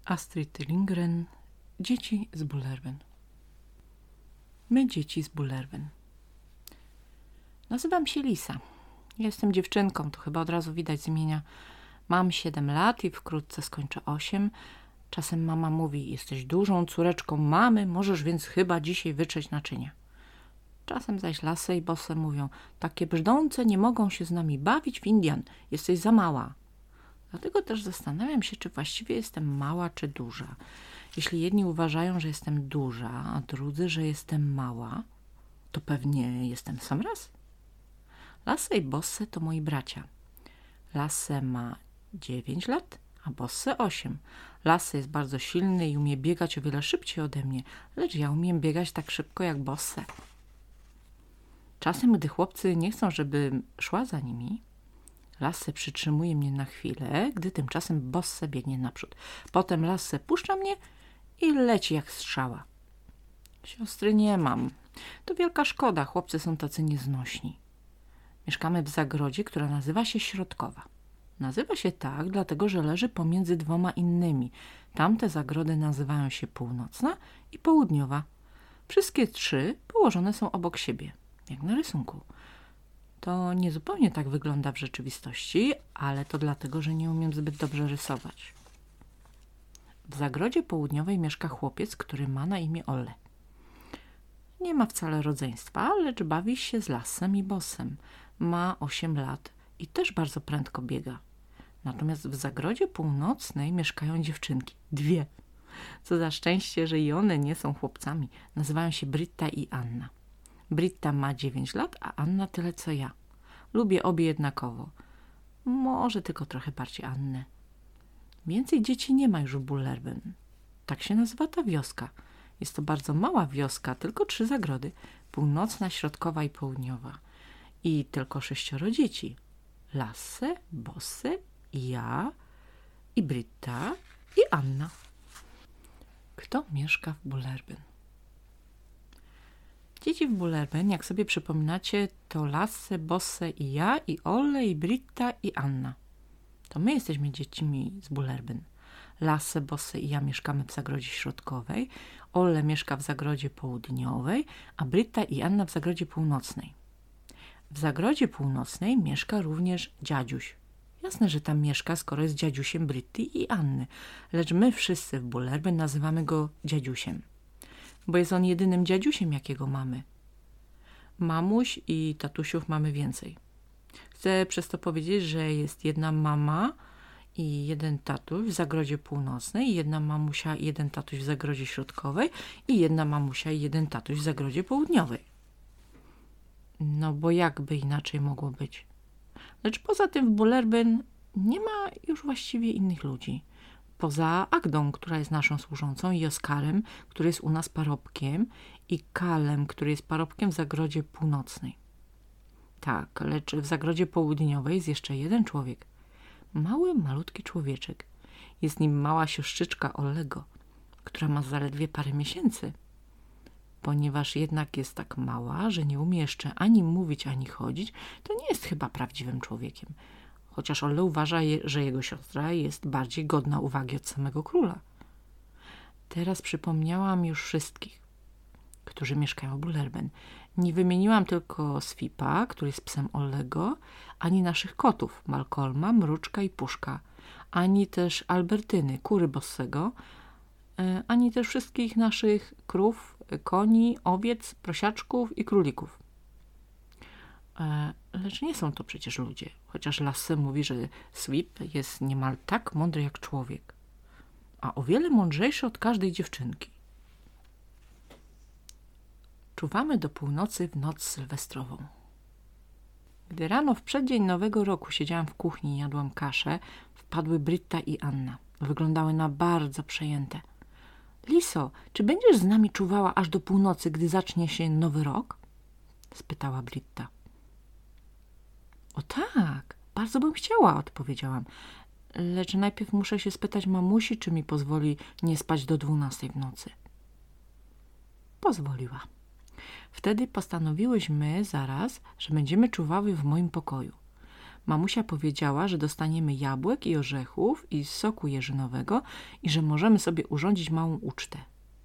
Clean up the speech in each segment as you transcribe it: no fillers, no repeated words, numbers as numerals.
Astrid Lindgren. Dzieci z Bullerbyn. My, dzieci z Bullerbyn. Nazywam się Lisa. Jestem dziewczynką, to chyba od razu widać z imienia. Mam 7 lat i wkrótce skończę 8. Czasem mama mówi: jesteś dużą córeczką mamy, możesz więc chyba dzisiaj wytrzeć naczynia. Czasem zaś Lasy i Bosse mówią: takie brzdące nie mogą się z nami bawić w Indian, jesteś za mała. Dlatego też zastanawiam się, czy właściwie jestem mała, czy duża. Jeśli jedni uważają, że jestem duża, a drudzy, że jestem mała, to pewnie jestem sam raz. Lasy i Bosse to moi bracia. Lasy ma 9 lat, a Bosse 8. Lasy jest bardzo silny i umie biegać o wiele szybciej ode mnie, lecz ja umiem biegać tak szybko jak Bosse. Czasem, gdy chłopcy nie chcą, żebym szła za nimi, Lasy przytrzymuje mnie na chwilę, gdy tymczasem Bosse biegnie naprzód. Potem Lasy puszcza mnie i leci jak strzała. Siostry nie mam. To wielka szkoda, chłopcy są tacy nieznośni. Mieszkamy w zagrodzie, która nazywa się Środkowa. Nazywa się tak, dlatego że leży pomiędzy 2 innymi. Tamte zagrody nazywają się Północna i Południowa. Wszystkie 3 położone są obok siebie, jak na rysunku. To nie zupełnie tak wygląda w rzeczywistości, ale to dlatego, że nie umiem zbyt dobrze rysować. W zagrodzie południowej mieszka chłopiec, który ma na imię Olle. Nie ma wcale rodzeństwa, lecz bawi się z Lasem i Bossem. Ma 8 lat i też bardzo prędko biega. Natomiast w zagrodzie północnej mieszkają dziewczynki. 2. Co za szczęście, że i one nie są chłopcami. Nazywają się Britta i Anna. Britta ma 9 lat, a Anna tyle co ja. Lubię obie jednakowo. Może tylko trochę bardziej Annę. Więcej dzieci nie ma już w Bullerbyn. Tak się nazywa ta wioska. Jest to bardzo mała wioska, tylko 3 zagrody. Północna, Środkowa i Południowa. I tylko 6 dzieci. Lasse, Bosse, ja i Britta i Anna. Kto mieszka w Bullerbyn? Dzieci w Bullerbyn, jak sobie przypominacie, to Lasse, Bosse i ja, i Olle, i Britta, i Anna. To my jesteśmy dziećmi z Bullerbyn. Lasse, Bosse i ja mieszkamy w zagrodzie Środkowej, Olle mieszka w zagrodzie Południowej, a Britta i Anna w zagrodzie Północnej. W zagrodzie Północnej mieszka również dziadziuś. Jasne, że tam mieszka, skoro jest dziadziusiem Britty i Anny, lecz my wszyscy w Bullerbyn nazywamy go dziadziusiem, bo jest on jedynym dziadziusiem, jakiego mamy. Mamuś i tatusiów mamy więcej. Chcę przez to powiedzieć, że jest jedna mama i jeden tatuś w zagrodzie północnej, jedna mamusia i jeden tatuś w zagrodzie środkowej i jedna mamusia i jeden tatuś w zagrodzie południowej. No bo jakby inaczej mogło być? Lecz poza tym w Bullerbyn nie ma już właściwie innych ludzi. Poza Agdą, która jest naszą służącą, i Oskarem, który jest u nas parobkiem, i Kalem, który jest parobkiem w zagrodzie północnej. Tak, lecz w zagrodzie południowej jest jeszcze jeden człowiek. Mały, malutki człowieczek. Jest nim mała siostrzyczka Ollego, która ma zaledwie parę miesięcy. Ponieważ jednak jest tak mała, że nie umie jeszcze ani mówić, ani chodzić, to nie jest chyba prawdziwym człowiekiem. Chociaż Olle uważa, że jego siostra jest bardziej godna uwagi od samego króla. Teraz przypomniałam już wszystkich, którzy mieszkają w Bullerbyn. Nie wymieniłam tylko Swipa, który jest psem Ollego, ani naszych kotów, Malcolma, Mruczka i Puszka, ani też Albertyny, kury Bossego, ani też wszystkich naszych krów, koni, owiec, prosiaczków i królików. Lecz nie są to przecież ludzie, chociaż Lasse mówi, że Swip jest niemal tak mądry jak człowiek, a o wiele mądrzejszy od każdej dziewczynki. Czuwamy do północy w noc sylwestrową. Gdy rano w przeddzień Nowego Roku siedziałam w kuchni i jadłam kaszę, wpadły Britta i Anna. Wyglądały na bardzo przejęte. Liso, czy będziesz z nami czuwała aż do północy, gdy zacznie się Nowy Rok? Spytała Britta. O tak, bardzo bym chciała, odpowiedziałam. Lecz najpierw muszę się spytać mamusi, czy mi pozwoli nie spać do 12 w nocy. Pozwoliła. Wtedy postanowiłyśmy zaraz, że będziemy czuwały w moim pokoju. Mamusia powiedziała, że dostaniemy jabłek i orzechów i soku jeżynowego i że możemy sobie urządzić małą ucztę.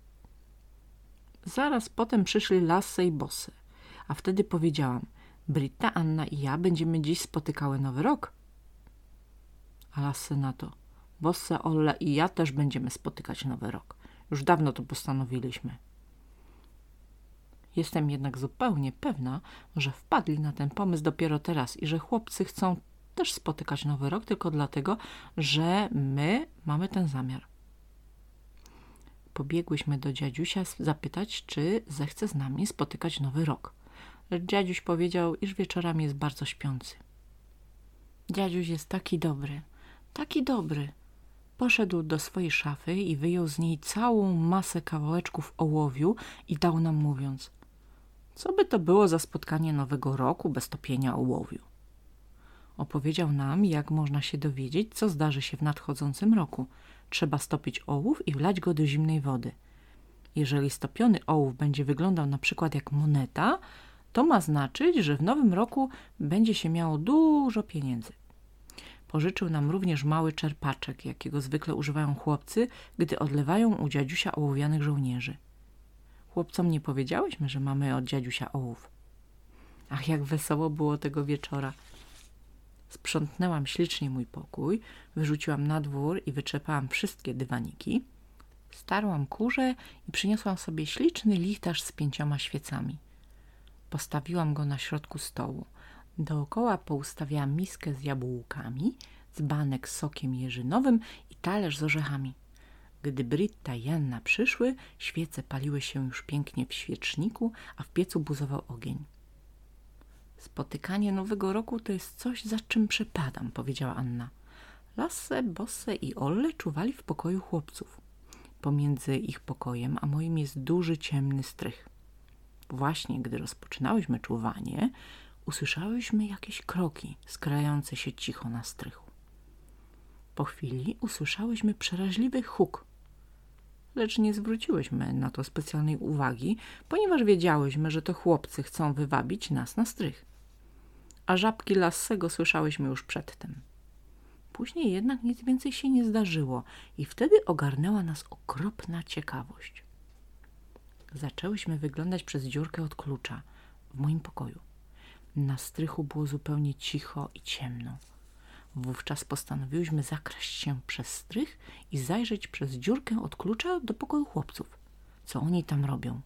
Zaraz potem przyszli Lasse i Bosse, a wtedy powiedziałam: Britta, Anna i ja będziemy dziś spotykały Nowy Rok. A Lasse na to: Bosse, Olle i ja też będziemy spotykać Nowy Rok. Już dawno to postanowiliśmy. Jestem jednak zupełnie pewna, że wpadli na ten pomysł dopiero teraz i że chłopcy chcą też spotykać Nowy Rok tylko dlatego, że my mamy ten zamiar. Pobiegłyśmy do dziadusia zapytać, czy zechce z nami spotykać Nowy Rok. Lecz dziaduś powiedział, iż wieczorami jest bardzo śpiący. Dziaduś jest taki dobry, taki dobry. Poszedł do swojej szafy i wyjął z niej całą masę kawałeczków ołowiu i dał nam, mówiąc: co by to było za spotkanie Nowego Roku bez topienia ołowiu? Opowiedział nam, jak można się dowiedzieć, co zdarzy się w nadchodzącym roku. Trzeba stopić ołów i wlać go do zimnej wody. Jeżeli stopiony ołów będzie wyglądał na przykład jak moneta, to ma znaczyć, że w nowym roku będzie się miało dużo pieniędzy. Pożyczył nam również mały czerpaczek, jakiego zwykle używają chłopcy, gdy odlewają u dziadusia ołowianych żołnierzy. Chłopcom nie powiedziałyśmy, że mamy od dziadusia ołów. Ach, jak wesoło było tego wieczora. Sprzątnęłam ślicznie mój pokój, wyrzuciłam na dwór i wyczepałam wszystkie dywaniki, starłam kurze i przyniosłam sobie śliczny lichtarz z 5 świecami. Postawiłam go na środku stołu. Dookoła poustawiałam miskę z jabłkami, dzbanek z sokiem jeżynowym i talerz z orzechami. Gdy Britta i Anna przyszły, świece paliły się już pięknie w świeczniku, a w piecu buzował ogień. Spotykanie Nowego Roku to jest coś, za czym przepadam, powiedziała Anna. Lasse, Bosse i Olle czuwali w pokoju chłopców. Pomiędzy ich pokojem a moim jest duży, ciemny strych. Właśnie gdy rozpoczynałyśmy czuwanie, usłyszałyśmy jakieś kroki skrające się cicho na strychu. Po chwili usłyszałyśmy przeraźliwy huk, lecz nie zwróciłyśmy na to specjalnej uwagi, ponieważ wiedziałyśmy, że to chłopcy chcą wywabić nas na strych. A żabki Lassego słyszałyśmy już przedtem. Później jednak nic więcej się nie zdarzyło i wtedy ogarnęła nas okropna ciekawość. Zaczęłyśmy wyglądać przez dziurkę od klucza w moim pokoju. Na strychu było zupełnie cicho i ciemno. Wówczas postanowiłyśmy zakraść się przez strych i zajrzeć przez dziurkę od klucza do pokoju chłopców. Co oni tam robią?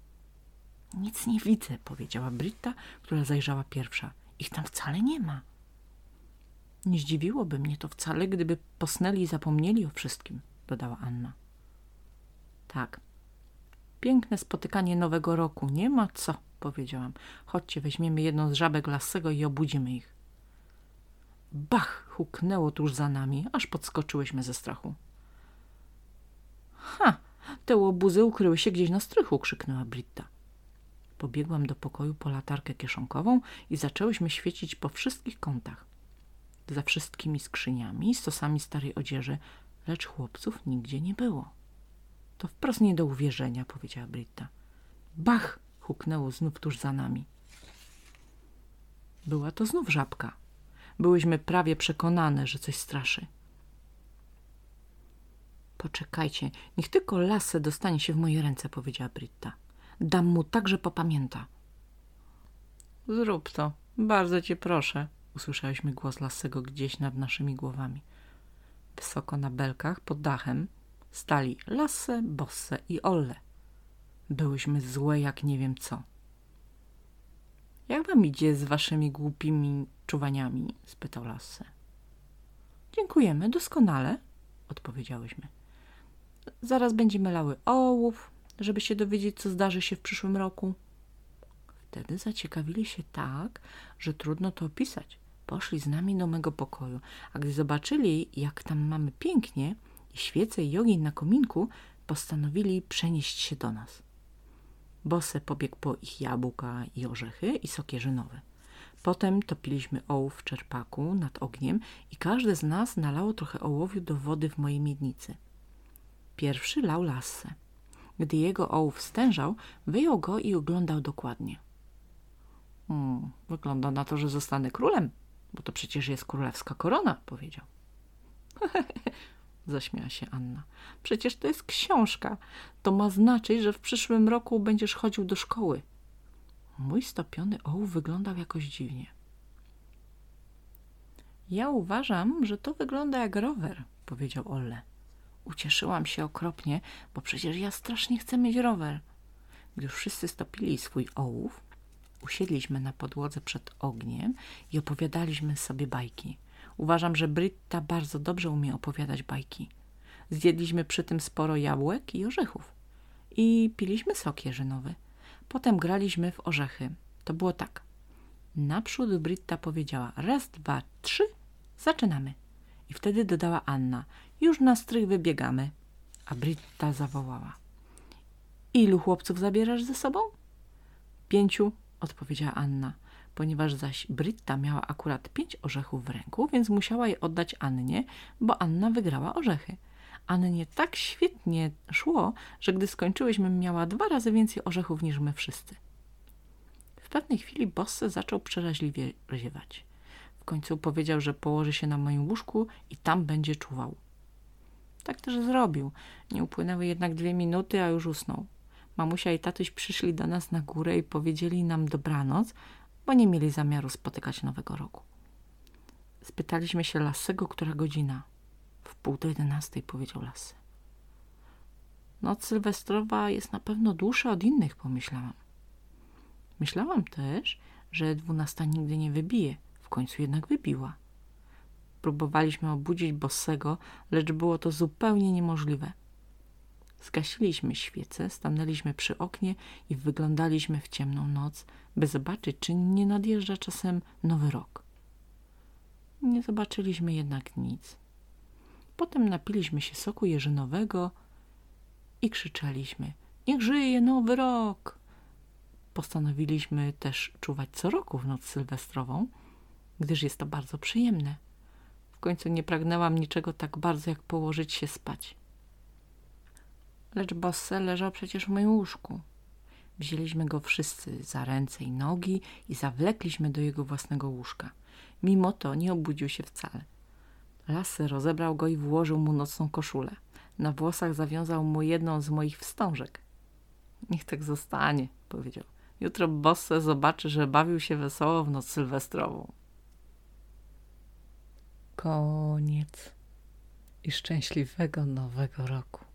Nic nie widzę, powiedziała Britta, która zajrzała pierwsza. Ich tam wcale nie ma. Nie zdziwiłoby mnie to wcale, gdyby posnęli i zapomnieli o wszystkim, dodała Anna. Tak. Piękne spotykanie Nowego Roku, nie ma co, powiedziałam. Chodźcie, weźmiemy jedną z żabek Lassego i obudzimy ich. Bach! Huknęło tuż za nami, aż podskoczyłyśmy ze strachu. Ha! Te łobuzy ukryły się gdzieś na strychu, krzyknęła Britta. Pobiegłam do pokoju po latarkę kieszonkową i zaczęłyśmy świecić po wszystkich kątach. Za wszystkimi skrzyniami, stosami starej odzieży, lecz chłopców nigdzie nie było. To wprost nie do uwierzenia, powiedziała Britta. Bach! Huknęło znów tuż za nami. Była to znów żabka. Byłyśmy prawie przekonane, że coś straszy. Poczekajcie, niech tylko Lasse dostanie się w moje ręce, powiedziała Britta. Dam mu tak, że popamięta. Zrób to, bardzo cię proszę, usłyszałyśmy głos Lassego gdzieś nad naszymi głowami. Wysoko na belkach, pod dachem, stali Lasse, Bosse i Olle. Byłyśmy złe jak nie wiem co. Jak wam idzie z waszymi głupimi czuwaniami? Spytał Lasse. Dziękujemy, doskonale, odpowiedziałyśmy. Zaraz będziemy lały ołów, żeby się dowiedzieć, co zdarzy się w przyszłym roku. Wtedy zaciekawili się tak, że trudno to opisać. Poszli z nami do mego pokoju, a gdy zobaczyli, jak tam mamy pięknie i świece i ogień na kominku, postanowili przenieść się do nas. Bosse pobiegł po ich jabłka i orzechy i sok jeżynowy. Potem topiliśmy ołów w czerpaku nad ogniem i każde z nas nalało trochę ołowiu do wody w mojej miednicy. Pierwszy lał Lasse. Gdy jego ołów stężał, wyjął go i oglądał dokładnie. Wygląda na to, że zostanę królem, Bo to przecież jest królewska korona, powiedział. Zaśmiała się Anna. Przecież to jest książka. To ma znaczyć, że w przyszłym roku będziesz chodził do szkoły. Mój stopiony ołów wyglądał jakoś dziwnie. Ja uważam, że to wygląda jak rower, powiedział Olle. Ucieszyłam się okropnie, bo przecież ja strasznie chcę mieć rower. Gdy już wszyscy stopili swój ołów, usiedliśmy na podłodze przed ogniem i opowiadaliśmy sobie bajki. Uważam, że Britta bardzo dobrze umie opowiadać bajki. Zjedliśmy przy tym sporo jabłek i orzechów. I piliśmy sok jarzynowy. Potem graliśmy w orzechy. To było tak. Naprzód Britta powiedziała: raz, dwa, trzy, zaczynamy. I wtedy dodała Anna: już na strych wybiegamy. A Britta zawołała: ilu chłopców zabierasz ze sobą? 5, odpowiedziała Anna. Ponieważ zaś Britta miała akurat 5 orzechów w ręku, więc musiała je oddać Annie, bo Anna wygrała orzechy. Annie tak świetnie szło, że gdy skończyłyśmy, miała 2 razy więcej orzechów niż my wszyscy. W pewnej chwili Bosse zaczął przeraźliwie ziewać. W końcu powiedział, że położy się na moim łóżku i tam będzie czuwał. Tak też zrobił. Nie upłynęły jednak 2 minuty, a już usnął. Mamusia i tatuś przyszli do nas na górę i powiedzieli nam dobranoc, bo nie mieli zamiaru spotykać Nowego Roku. Spytaliśmy się Lassego, która godzina. W 10:30, powiedział Lasse. Noc sylwestrowa jest na pewno dłuższa od innych, pomyślałam. Myślałam też, że 12 nigdy nie wybije. W końcu jednak wybiła. Próbowaliśmy obudzić Bossego, lecz było to zupełnie niemożliwe. Zgasiliśmy świece, stanęliśmy przy oknie i wyglądaliśmy w ciemną noc, by zobaczyć, czy nie nadjeżdża czasem Nowy Rok. Nie zobaczyliśmy jednak nic. Potem napiliśmy się soku jeżynowego i krzyczeliśmy: niech żyje Nowy Rok! Postanowiliśmy też czuwać co roku w noc sylwestrową, gdyż jest to bardzo przyjemne. W końcu nie pragnęłam niczego tak bardzo, jak położyć się spać. Lecz Bosse leżał przecież w moim łóżku. Wzięliśmy go wszyscy za ręce i nogi i zawlekliśmy do jego własnego łóżka. Mimo to nie obudził się wcale. Lasse rozebrał go i włożył mu nocną koszulę. Na włosach zawiązał mu jedną z moich wstążek. Niech tak zostanie, powiedział. Jutro Bosse zobaczy, że bawił się wesoło w noc sylwestrową. Koniec i szczęśliwego Nowego Roku.